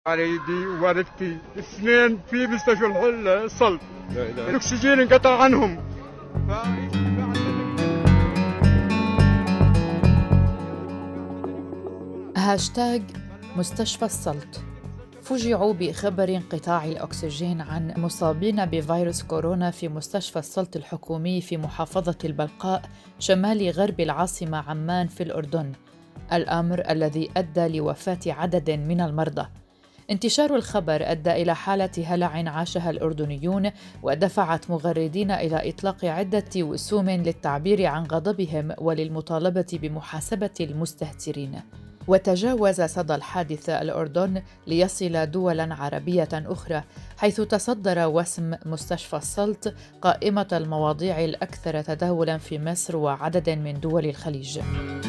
على يدي ووالدتي اثنين في مستشفى الصلب، الأكسجين انقطع عنهم. هاشتاج مستشفى السلط. فوجئوا بخبر انقطاع الأكسجين عن مصابين بفيروس كورونا في مستشفى السلط الحكومي في محافظة البلقاء شمال غرب العاصمة عمان في الأردن، الأمر الذي أدى لوفاة عدد من المرضى. انتشار الخبر أدى إلى حالة هلع عاشها الأردنيون، ودفعت مغردين إلى إطلاق عدة وسوم للتعبير عن غضبهم وللمطالبة بمحاسبة المستهترين. وتجاوز صدى الحادثة الأردن ليصل دولاً عربية أخرى، حيث تصدر وسم مستشفى السلط قائمة المواضيع الأكثر تداولاً في مصر وعدد من دول الخليج.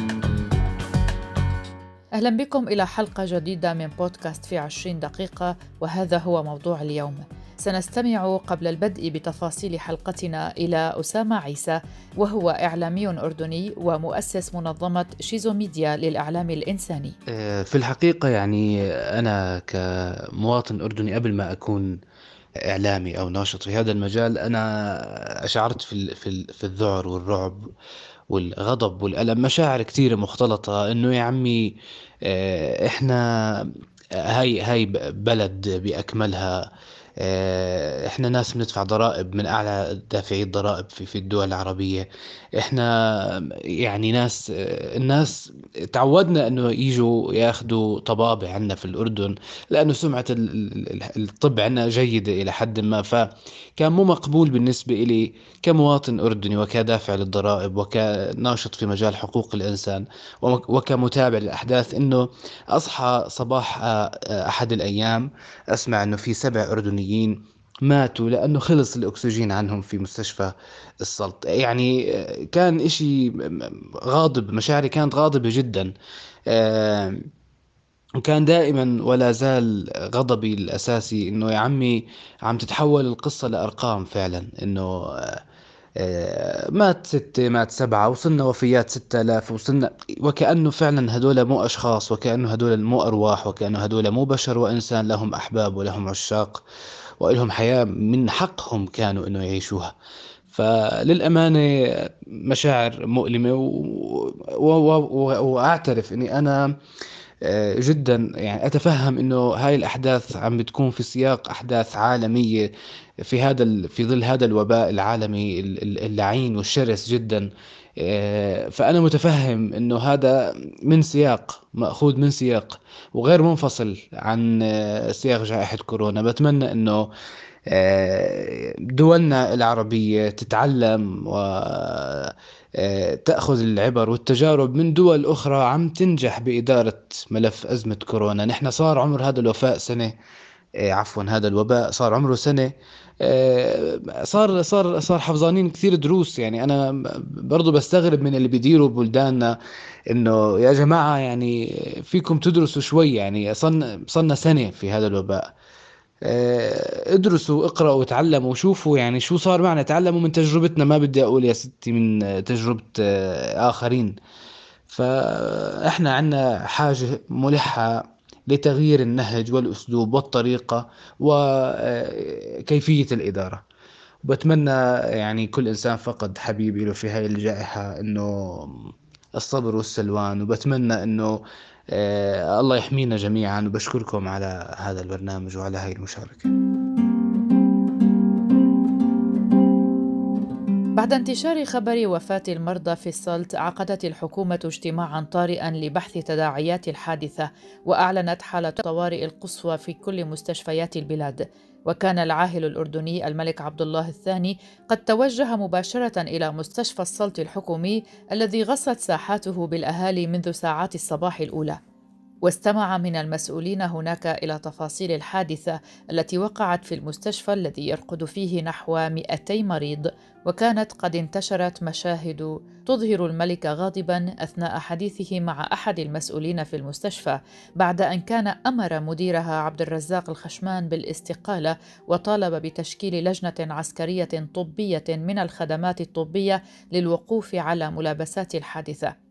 أهلاً بكم إلى حلقة جديدة من بودكاست في 20 دقيقة، وهذا هو موضوع اليوم. سنستمع قبل البدء بتفاصيل حلقتنا إلى أسامة عيسى، وهو إعلامي أردني ومؤسس منظمة شيزو ميديا للإعلام الإنساني. في الحقيقة يعني أنا كمواطن أردني قبل ما أكون إعلامي أو ناشط في هذا المجال، أنا أشعرت في الذعر والرعب والغضب والألم، مشاعر كتيرة مختلطة. إنه يا عمي إحنا هاي بلد بأكملها. إحنا ناس بندفع ضرائب من أعلى دافعي الضرائب في الدول العربية. إحنا يعني ناس، الناس تعودنا إنه يجوا ياخدوا طبابة عنا في الأردن، لأنه سمعة الطب عنا جيدة إلى حد ما. فكان مو مقبول بالنسبة إلي كمواطن أردني وكدافع للضرائب وكناشط في مجال حقوق الإنسان وكمتابع للأحداث، إنه أصحى صباح أحد الأيام أسمع إنه في 7 أردنيين ماتوا لأنه خلص الأكسجين عنهم في مستشفى السلط. يعني كان إشي غاضب، مشاعري كانت غاضبة جدا. وكان دائما ولا زال غضبي الأساسي إنه يا عمي عم تتحول القصة لأرقام فعلا. إنه مات 6، مات 7، وصلنا وفيات 6000، وصلنا وكأنه فعلا هدول مو أشخاص، وكأنه هدول مو أرواح، وكأنه هدول مو بشر وإنسان لهم أحباب ولهم عشاق ولهم حياة من حقهم كانوا إنه يعيشوها. فللأمانة مشاعر مؤلمة، وأعترف إني أنا جدا يعني أتفهم إنه هاي الأحداث عم بتكون في سياق أحداث عالمية في ظل هذا الوباء العالمي اللعين والشرس جدا. فأنا متفهم إنه هذا من سياق مأخوذ من سياق وغير منفصل عن سياق جائحة كورونا. بتمنى إنه دولنا العربية تتعلم وتأخذ العبر والتجارب من دول أخرى عم تنجح بإدارة ملف أزمة كورونا. نحن صار عمر هذا الوفاء سنة، هذا الوباء صار عمره سنة. صار حفظانين كثير دروس. يعني أنا برضو بستغرب من اللي بيديروا بلداننا، إنه يا جماعة يعني فيكم تدرسوا شوي. يعني صلنا سنة في هذا الوباء. ادرسوا، اقرأوا وتعلموا وشوفوا يعني شو صار معنا. تعلموا من تجربتنا، ما بدي أقول يا ستي من تجربة آخرين. فإحنا عنا حاجة ملحة لتغيير النهج والأسلوب والطريقة وكيفية الإدارة. وبتمنى يعني كل إنسان فقد حبيب له في هاي الجائحة إنه الصبر والسلوان. وبتمنى إنه الله يحمينا جميعا. وبشكركم على هذا البرنامج وعلى هاي المشاركة. بعد انتشار خبر وفاة المرضى في السلط، عقدت الحكومة اجتماعاً طارئاً لبحث تداعيات الحادثة، وأعلنت حالة الطوارئ القصوى في كل مستشفيات البلاد. وكان العاهل الأردني الملك عبد الله الثاني قد توجه مباشرة إلى مستشفى السلط الحكومي الذي غصت ساحاته بالأهالي منذ ساعات الصباح الأولى، واستمع من المسؤولين هناك إلى تفاصيل الحادثة التي وقعت في المستشفى الذي يرقد فيه نحو 200 مريض. وكانت قد انتشرت مشاهد تظهر الملك غاضباً أثناء حديثه مع أحد المسؤولين في المستشفى، بعد أن كان أمر مديرها عبد الرزاق الخشمان بالاستقالة، وطالب بتشكيل لجنة عسكرية طبية من الخدمات الطبية للوقوف على ملابسات الحادثة.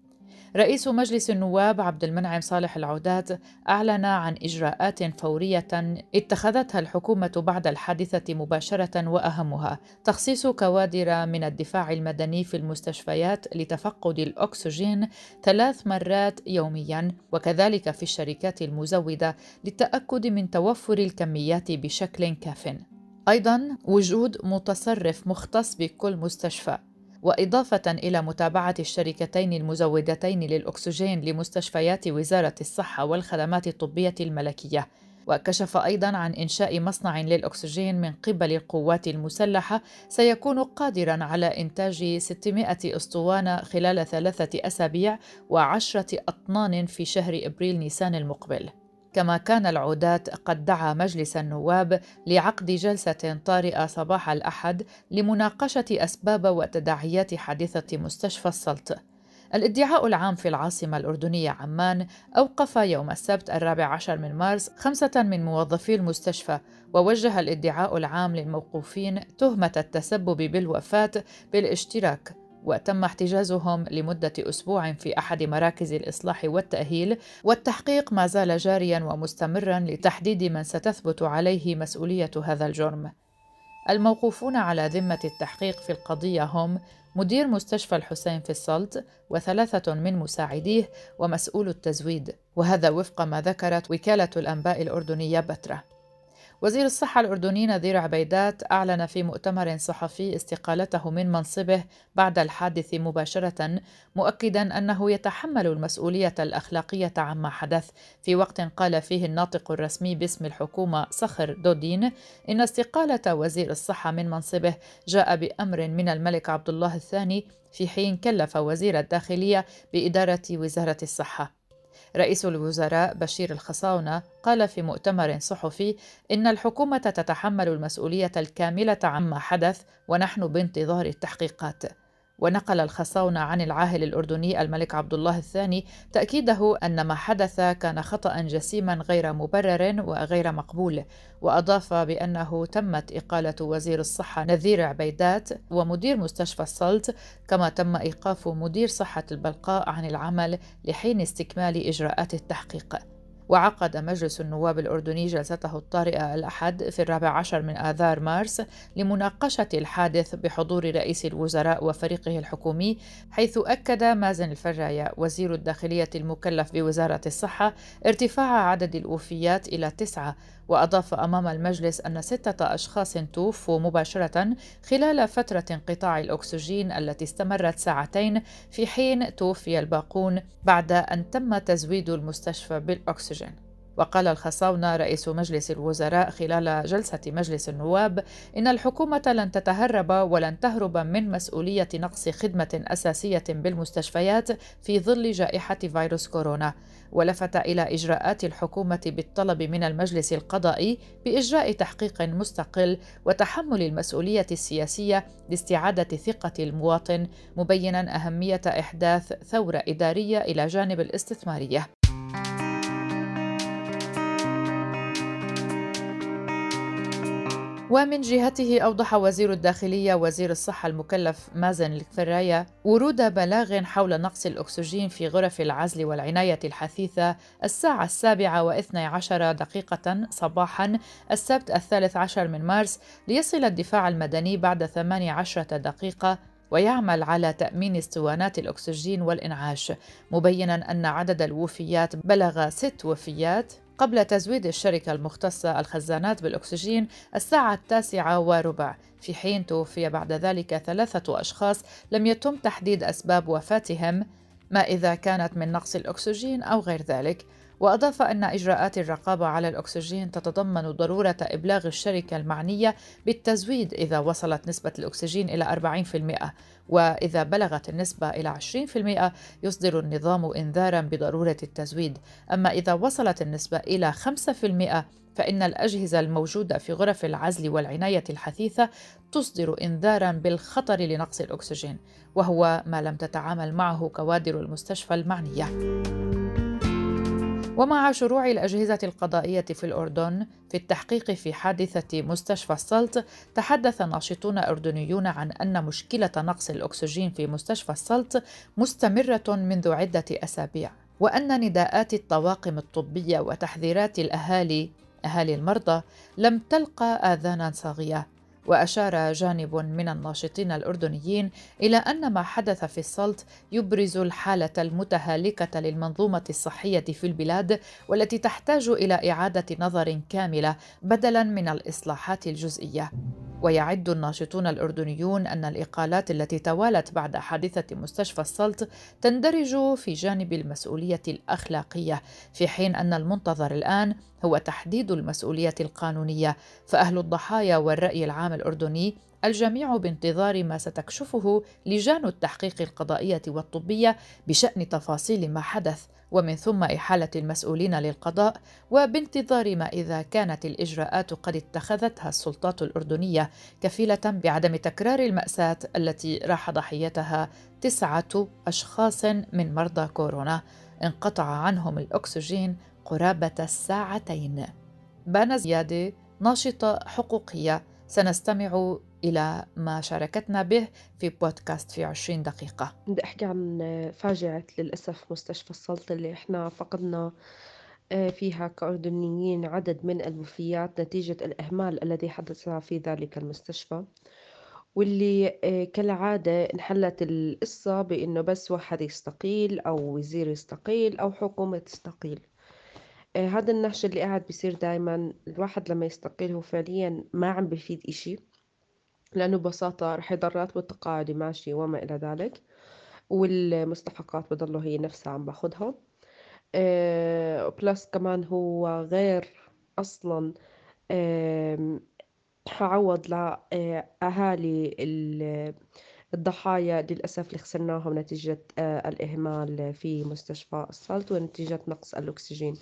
رئيس مجلس النواب عبد المنعم صالح العودات أعلن عن إجراءات فورية اتخذتها الحكومة بعد الحادثة مباشرة، وأهمها تخصيص كوادر من الدفاع المدني في المستشفيات لتفقد الأكسجين 3 مرات يومياً، وكذلك في الشركات المزودة للتأكد من توفر الكميات بشكل كاف. أيضاً وجود متصرف مختص بكل مستشفى، وإضافة إلى متابعة الشركتين المزودتين للأكسجين لمستشفيات وزارة الصحة والخدمات الطبية الملكية. وكشف أيضاً عن إنشاء مصنع للأكسجين من قبل القوات المسلحة سيكون قادراً على إنتاج 600 أسطوانة خلال 3 أسابيع و10 أطنان في شهر إبريل نيسان المقبل. كما كان العودات قد دعا مجلس النواب لعقد جلسة طارئة صباح الأحد لمناقشة أسباب وتداعيات حادثة مستشفى السلط. الادعاء العام في العاصمة الأردنية عمان أوقف يوم السبت 14 من مارس 5 من موظفي المستشفى، ووجه الادعاء العام للموقوفين تهمة التسبب بالوفاة بالاشتراك، وتم احتجازهم لمدة أسبوع في أحد مراكز الإصلاح والتأهيل، والتحقيق ما زال جارياً ومستمراً لتحديد من ستثبت عليه مسؤولية هذا الجرم. الموقوفون على ذمة التحقيق في القضية هم مدير مستشفى الحسين في السلط و3 من مساعديه ومسؤول التزويد، وهذا وفق ما ذكرت وكالة الأنباء الأردنية بترا. وزير الصحة الأردني نذير عبيدات أعلن في مؤتمر صحفي استقالته من منصبه بعد الحادث مباشرة، مؤكداً أنه يتحمل المسؤولية الأخلاقية عما حدث، في وقت قال فيه الناطق الرسمي باسم الحكومة صخر دودين إن استقالة وزير الصحة من منصبه جاء بأمر من الملك عبد الله الثاني، في حين كلف وزير الداخلية بإدارة وزارة الصحة. رئيس الوزراء بشير الخصاونة قال في مؤتمر صحفي إن الحكومة تتحمل المسؤولية الكاملة عما حدث ونحن بانتظار التحقيقات. ونقل الخصاونة عن العاهل الأردني الملك عبد الله الثاني تأكيده أن ما حدث كان خطأ جسيما غير مبرر وغير مقبول، وأضاف بأنه تمت إقالة وزير الصحة نذير عبيدات ومدير مستشفى السلط، كما تم إيقاف مدير صحة البلقاء عن العمل لحين استكمال إجراءات التحقيق. وعقد مجلس النواب الأردني جلسته الطارئة الأحد في 14 من آذار مارس لمناقشة الحادث بحضور رئيس الوزراء وفريقه الحكومي، حيث أكد مازن الفراية وزير الداخلية المكلف بوزارة الصحة ارتفاع عدد الوفيات إلى 9، وأضاف أمام المجلس أن 6 أشخاص توفوا مباشرة خلال فترة انقطاع الأكسجين التي استمرت 2 ساعات، في حين توفي الباقون بعد أن تم تزويد المستشفى بالأكسجين. وقال الخصاونة رئيس مجلس الوزراء خلال جلسة مجلس النواب إن الحكومة لن تتهرب ولن تهرب من مسؤولية نقص خدمة أساسية بالمستشفيات في ظل جائحة فيروس كورونا، ولفت إلى إجراءات الحكومة بالطلب من المجلس القضائي بإجراء تحقيق مستقل وتحمل المسؤولية السياسية لاستعادة ثقة المواطن، مبيناً أهمية إحداث ثورة إدارية إلى جانب الاستثمارية. ومن جهته أوضح وزير الداخلية وزير الصحة المكلف مازن الفراية ورود بلاغ حول نقص الأكسجين في غرف العزل والعناية الحثيثة 7:12 صباحا السبت 13 من مارس، ليصل الدفاع المدني بعد 18 دقيقة ويعمل على تأمين اسطوانات الأكسجين والإنعاش، مبيناً أن عدد الوفيات بلغ 6 وفيات قبل تزويد الشركة المختصة الخزانات بالأكسجين 9:09، في حين توفي بعد ذلك 3 أشخاص لم يتم تحديد أسباب وفاتهم، ما إذا كانت من نقص الأكسجين أو غير ذلك. وأضاف أن إجراءات الرقابة على الأكسجين تتضمن ضرورة إبلاغ الشركة المعنية بالتزويد إذا وصلت نسبة الأكسجين إلى 40%، وإذا بلغت النسبة إلى 20% يصدر النظام إنذاراً بضرورة التزويد. أما إذا وصلت النسبة إلى 5% فإن الأجهزة الموجودة في غرف العزل والعناية الحثيثة تصدر إنذاراً بالخطر لنقص الأكسجين، وهو ما لم تتعامل معه كوادر المستشفى المعنية. ومع شروع الأجهزة القضائية في الأردن في التحقيق في حادثة مستشفى السلط، تحدث ناشطون أردنيون عن أن مشكلة نقص الأكسجين في مستشفى السلط مستمرة منذ عدة أسابيع، وأن نداءات الطواقم الطبية وتحذيرات أهالي المرضى لم تلقى آذانا صاغية. وأشار جانب من الناشطين الأردنيين إلى أن ما حدث في السلط يبرز الحالة المتهالكة للمنظومة الصحية في البلاد، والتي تحتاج إلى إعادة نظر كاملة بدلاً من الإصلاحات الجزئية. ويعد الناشطون الأردنيون أن الإقالات التي توالت بعد حادثة مستشفى السلط تندرج في جانب المسؤولية الأخلاقية، في حين أن المنتظر الآن هو تحديد المسؤولية القانونية. فأهل الضحايا والرأي العام الأردني الجميع بانتظار ما ستكشفه لجان التحقيق القضائية والطبية بشأن تفاصيل ما حدث، ومن ثم إحالة المسؤولين للقضاء، وبانتظار ما إذا كانت الإجراءات قد اتخذتها السلطات الأردنية كفيلة بعدم تكرار المأساة التي راح ضحيتها 9 أشخاص من مرضى كورونا انقطع عنهم الأكسجين قرابة 2 ساعات. بانا زيادة، ناشطة حقوقية، سنستمع إلى ما شاركتنا به في بودكاست في 20 دقيقة. بدي أحكي عن فاجعة للأسف مستشفى السلط اللي إحنا فقدنا فيها كأردنيين عدد من الوفيات نتيجة الإهمال الذي حدث في ذلك المستشفى، واللي كالعادة انحلت القصة بإنه بس واحد يستقيل أو وزير يستقيل أو حكومة تستقيل. هذا النهج اللي قاعد بيصير دايما، الواحد لما يستقيل هو فعليا ما عم بيفيد إشي، لأنه ببساطة رح يضل راتبه التقاعدي ماشي وما إلى ذلك، والمستحقات بضله هي نفسها عم باخدها. بلس كمان هو غير أصلا عوض لأهالي الضحايا للأسف اللي خسرناهم نتيجة الإهمال في مستشفى السلط ونتيجة نقص الأكسجين.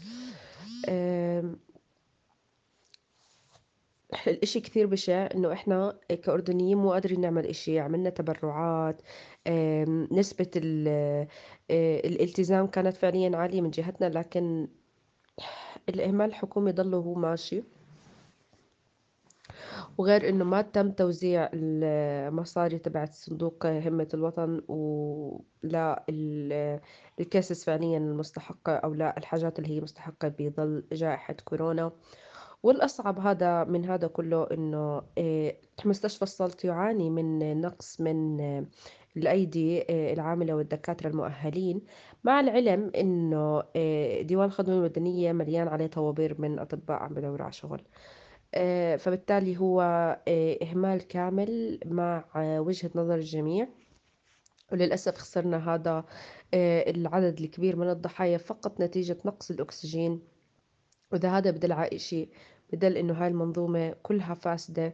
الإشي كثير بشع إنه إحنا كأردنيين مو قادرين نعمل إشي، عملنا تبرعات، نسبة الالتزام كانت فعليا عالية من جهتنا، لكن الإهمال الحكومي ضله هو ماشي. وغير إنه ما تم توزيع المصاري تبعت صندوق همة الوطن ولا الكيسز فعليا المستحقة أو لا الحاجات اللي هي مستحقة بظل جائحة كورونا. والأصعب من هذا كله إنه مستشفى السلط يعاني من نقص من الأيدي العاملة والدكاترة المؤهلين، مع العلم إنه ديوان الخدمة المدنية مليان عليه طوابير من أطباء عم بدوروا على شغل. فبالتالي هو إهمال كامل مع وجهة نظر الجميع، وللأسف خسرنا هذا العدد الكبير من الضحايا فقط نتيجة نقص الأكسجين. وإذا هذا بدل على إشي، بدل إنه هاي المنظومة كلها فاسدة،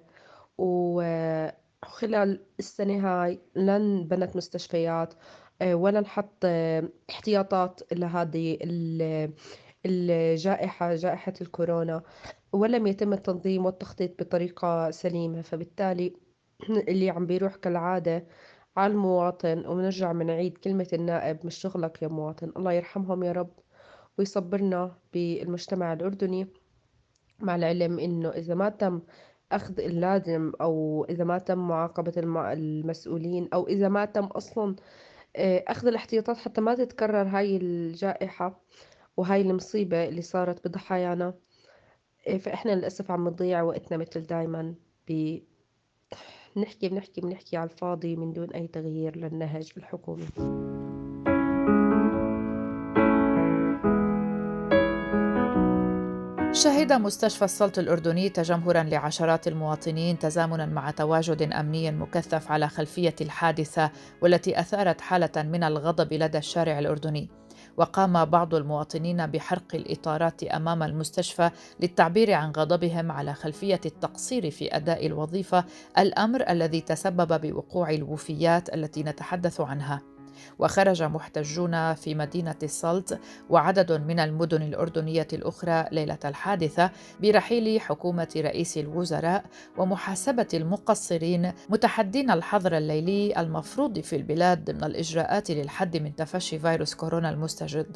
وخلال السنة هاي لن بنت مستشفيات ولا نحط احتياطات لهذه الجائحة، جائحة الكورونا، ولم يتم التنظيم والتخطيط بطريقة سليمة. فبالتالي اللي عم بيروح كالعادة على المواطن، ونرجع منعيد كلمة النائب مش شغلك يا مواطن. الله يرحمهم يا رب ويصبرنا بالمجتمع الأردني، مع العلم إنه إذا ما تم أخذ اللازم، أو إذا ما تم معاقبة المسؤولين، أو إذا ما تم أصلا أخذ الاحتياطات حتى ما تتكرر هاي الجائحة وهاي المصيبة اللي صارت بضحايانا، فإحنا للأسف عم نضيع وقتنا مثل دايما بنحكي على الفاضي من دون أي تغيير للنهج الحكومي. شهد مستشفى السلط الأردني تجمهراً لعشرات المواطنين تزامناً مع تواجد أمني مكثف على خلفية الحادثة، والتي أثارت حالة من الغضب لدى الشارع الأردني. وقام بعض المواطنين بحرق الإطارات أمام المستشفى للتعبير عن غضبهم على خلفية التقصير في أداء الوظيفة، الأمر الذي تسبب بوقوع الوفيات التي نتحدث عنها. وخرج محتجون في مدينة السلط وعدد من المدن الأردنية الأخرى ليلة الحادثة برحيل حكومة رئيس الوزراء ومحاسبة المقصرين، متحدين الحظر الليلي المفروض في البلاد ضمن الإجراءات للحد من تفشي فيروس كورونا المستجد.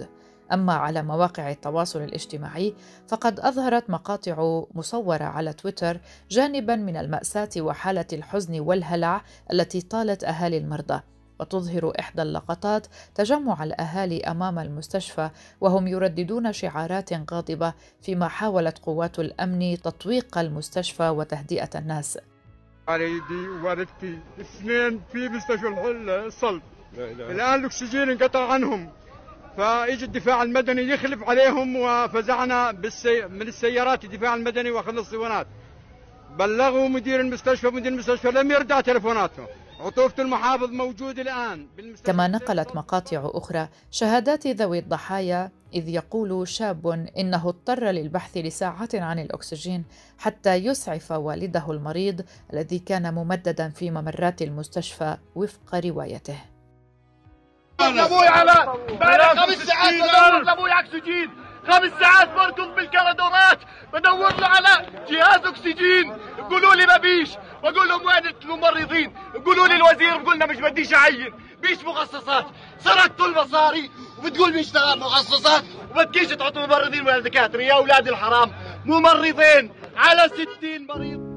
أما على مواقع التواصل الاجتماعي فقد أظهرت مقاطع مصورة على تويتر جانباً من المأساة وحالة الحزن والهلع التي طالت أهالي المرضى، وتظهر إحدى اللقطات تجمع الأهالي أمام المستشفى وهم يرددون شعارات غاضبة، فيما حاولت قوات الأمن تطويق المستشفى وتهدئة الناس. والدي ووالدتي اثنين في مستشفى الحلة صلب، الآن الأكسجين انقطع عنهم، فيجي الدفاع المدني يخلف عليهم، وفزعنا من السيارات الدفاع المدني وأخذنا الصوانات. بلغوا مدير المستشفى لم يردع تلفوناتهم. عطوفة المحافظ موجود الآن بالمستشفى. كما نقلت مقاطع أخرى شهادات ذوي الضحايا، إذ يقول شاب إنه اضطر للبحث لساعات عن الأكسجين حتى يسعف والده المريض الذي كان ممددا في ممرات المستشفى وفق روايته. ابوي على بقالي 5 ساعات بدور لابوي اكسجين، 5 ساعات بركض بالكرادورات بدور له على جهاز اكسجين، بيقولوا لي ما بيش، بقول لهم وين الممرضين؟ بيقولوا لي الوزير بيقول لنا مش بديش اعين، بيش مخصصات، سرقتوا المصاري وبتقول بيشتغل مخصصات وبتجيش تحطوا ممرضين ولا دكاتره، يا اولاد الحرام ممرضين على 60 مريض.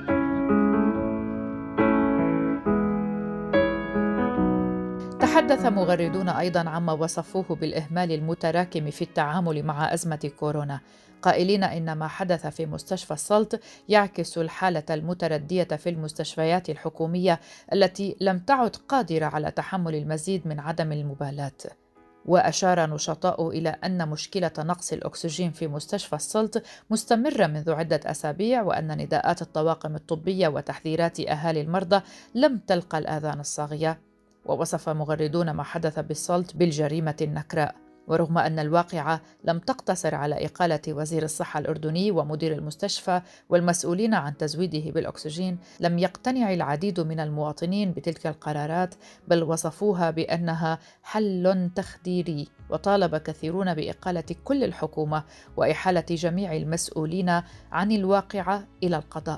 تحدث مغردون أيضاً عما وصفوه بالإهمال المتراكم في التعامل مع أزمة كورونا، قائلين إن ما حدث في مستشفى السلط يعكس الحالة المتردية في المستشفيات الحكومية التي لم تعد قادرة على تحمل المزيد من عدم المبالاة. وأشار نشطاء إلى أن مشكلة نقص الأكسجين في مستشفى السلط مستمرة منذ عدة أسابيع، وأن نداءات الطواقم الطبية وتحذيرات أهالي المرضى لم تلقى الآذان الصاغية. ووصف مغردون ما حدث بالسلط بالجريمة النكراء، ورغم أن الواقعة لم تقتصر على إقالة وزير الصحة الأردني ومدير المستشفى والمسؤولين عن تزويده بالأكسجين، لم يقتنع العديد من المواطنين بتلك القرارات، بل وصفوها بأنها حل تخديري، وطالب كثيرون بإقالة كل الحكومة وإحالة جميع المسؤولين عن الواقعة إلى القضاء.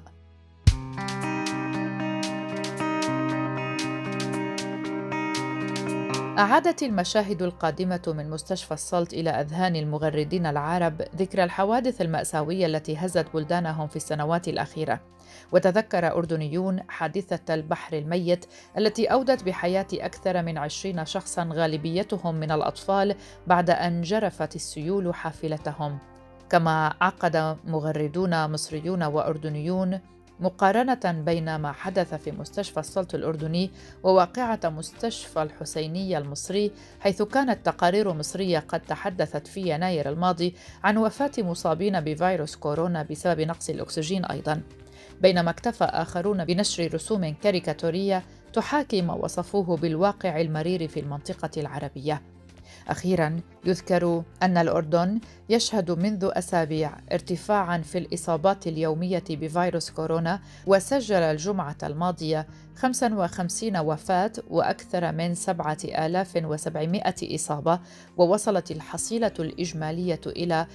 أعادت المشاهد القادمة من مستشفى السلط إلى أذهان المغردين العرب ذكرى الحوادث المأساوية التي هزت بلدانهم في السنوات الأخيرة، وتذكر أردنيون حادثة البحر الميت التي أودت بحياة أكثر من 20 شخصاً غالبيتهم من الأطفال بعد أن جرفت السيول حافلتهم. كما عقد مغردون مصريون وأردنيون مقارنة بين ما حدث في مستشفى السلط الأردني وواقعة مستشفى الحسينية المصري، حيث كانت تقارير مصرية قد تحدثت في يناير الماضي عن وفاة مصابين بفيروس كورونا بسبب نقص الأكسجين أيضاً، بينما اكتفى آخرون بنشر رسوم كاريكاتورية تحاكي ما وصفوه بالواقع المرير في المنطقة العربية. أخيراً يذكر أن الأردن يشهد منذ أسابيع ارتفاعاً في الإصابات اليومية بفيروس كورونا، وسجل الجمعة الماضية 55 وفاة وأكثر من 7700 إصابة، ووصلت الحصيلة الإجمالية إلى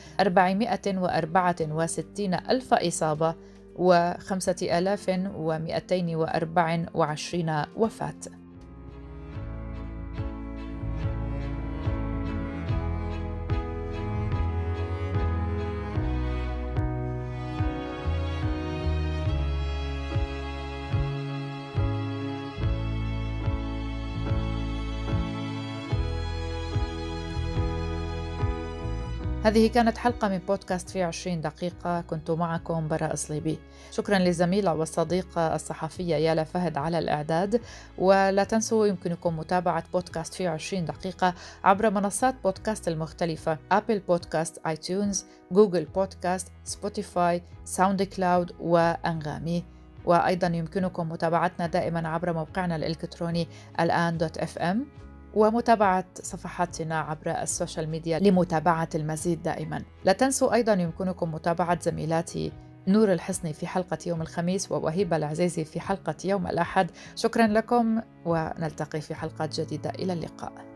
464 ألف إصابة و5224 وفاة. هذه كانت حلقة من بودكاست في 20 دقيقة، كنت معكم براء صليبي. شكرا للزميلة والصديقة الصحفية يالا فهد على الإعداد، ولا تنسوا يمكنكم متابعة بودكاست في 20 دقيقة عبر منصات بودكاست المختلفة: أبل بودكاست، آيتونز، جوجل بودكاست، سبوتيفاي، ساوند كلاود وأنغامي. وأيضا يمكنكم متابعتنا دائما عبر موقعنا الإلكتروني الآن.fm، ومتابعة صفحاتنا عبر السوشيال ميديا لمتابعة المزيد دائما. لا تنسوا أيضا يمكنكم متابعة زميلاتي نور الحصني في حلقة يوم الخميس ووهيبة العزيزي في حلقة يوم الأحد. شكرا لكم ونلتقي في حلقات جديدة. إلى اللقاء.